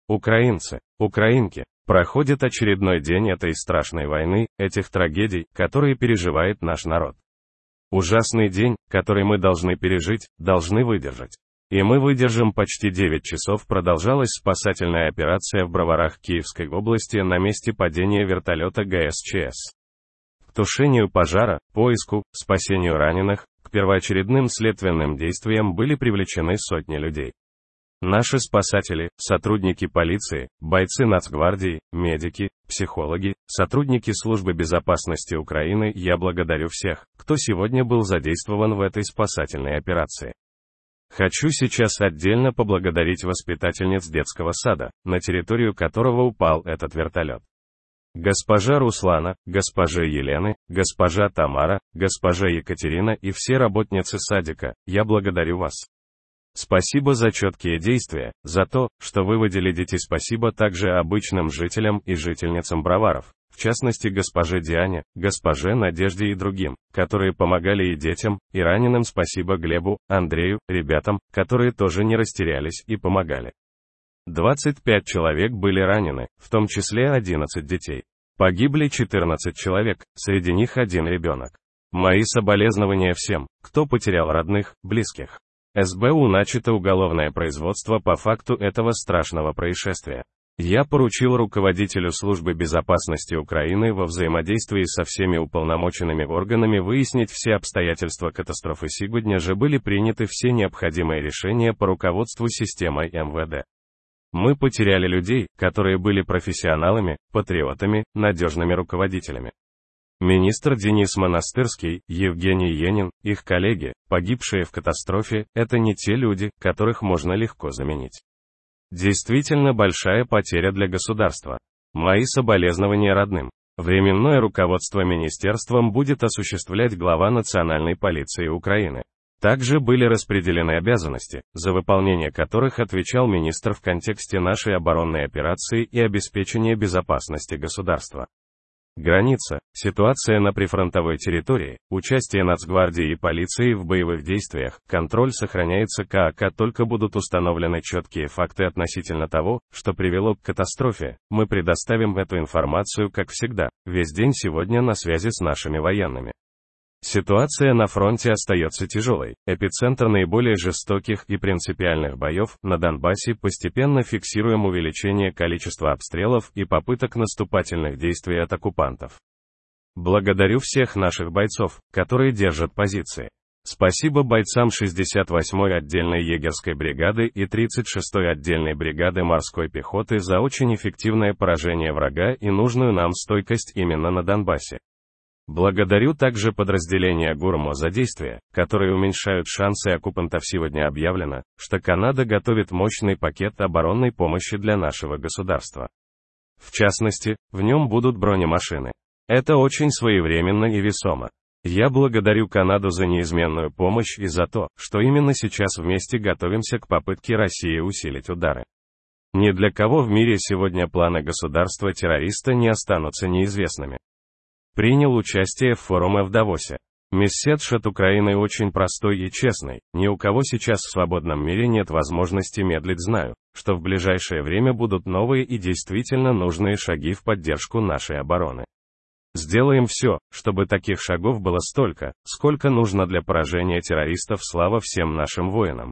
Украинцы, украинки, проходит очередной день этой страшной войны, этих трагедий, которые переживает наш народ. Ужасный день, который мы должны пережить, должны выдержать. И мы выдержим. Почти 9 часов продолжалась спасательная операция в Броварах Киевской области на месте падения вертолета ГСЧС. К тушению пожара, поиску, спасению раненых, к первоочередным следственным действиям были привлечены сотни людей. Наши спасатели, сотрудники полиции, бойцы Нацгвардии, медики, психологи, сотрудники Службы безопасности Украины, я благодарю всех, кто сегодня был задействован в этой спасательной операции. Хочу сейчас отдельно поблагодарить воспитательниц детского сада, на территорию которого упал этот вертолет. Госпожа Руслана, госпожа Елены, госпожа Тамара, госпожа Екатерина и все работницы садика, я благодарю вас. Спасибо за четкие действия, за то, что выводили детей. Спасибо также обычным жителям и жительницам Броваров, в частности госпоже Диане, госпоже Надежде и другим, которые помогали и детям, и раненым. Спасибо Глебу, Андрею, ребятам, которые тоже не растерялись и помогали. 25 человек были ранены, в том числе 11 детей. Погибли 14 человек, среди них один ребенок. Мои соболезнования всем, кто потерял родных, близких. СБУ начато уголовное производство по факту этого страшного происшествия. Я поручил руководителю Службы безопасности Украины во взаимодействии со всеми уполномоченными органами выяснить все обстоятельства катастрофы. Сегодня же были приняты все необходимые решения по руководству системой МВД. Мы потеряли людей, которые были профессионалами, патриотами, надежными руководителями. Министр Денис Монастырский, Евгений Енин, их коллеги, погибшие в катастрофе, это не те люди, которых можно легко заменить. Действительно большая потеря для государства. Мои соболезнования родным. Временное руководство министерством будет осуществлять глава Национальной полиции Украины. Также были распределены обязанности, за выполнение которых отвечал министр в контексте нашей оборонной операции и обеспечения безопасности государства. Граница, ситуация на прифронтовой территории, участие Нацгвардии и полиции в боевых действиях, контроль сохраняется как только будут установлены четкие факты относительно того, что привело к катастрофе, мы предоставим эту информацию как всегда, весь день сегодня на связи с нашими военными. Ситуация на фронте остается тяжелой, эпицентр наиболее жестоких и принципиальных боев на Донбассе. Постепенно фиксируем увеличение количества обстрелов и попыток наступательных действий от оккупантов. Благодарю всех наших бойцов, которые держат позиции. Спасибо бойцам 68-й отдельной егерской бригады и 36-й отдельной бригады морской пехоты за очень эффективное поражение врага и нужную нам стойкость именно на Донбассе. Благодарю также подразделения ГУРМО за действия, которые уменьшают шансы оккупантов. Сегодня объявлено, что Канада готовит мощный пакет оборонной помощи для нашего государства. В частности, в нем будут бронемашины. Это очень своевременно и весомо. Я благодарю Канаду за неизменную помощь и за то, что именно сейчас вместе готовимся к попытке России усилить удары. Ни для кого в мире сегодня планы государства-террориста не останутся неизвестными. Принял участие в форуме в Давосе. Месседж от Украины очень простой и честный, ни у кого сейчас в свободном мире нет возможности медлить. Знаю, что в ближайшее время будут новые и действительно нужные шаги в поддержку нашей обороны. Сделаем все, чтобы таких шагов было столько, сколько нужно для поражения террористов. Слава всем нашим воинам.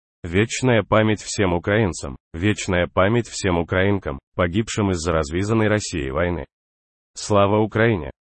Вечная память всем украинцам, вечная память всем украинкам, погибшим из-за развязанной Россией войны. Слава Украине!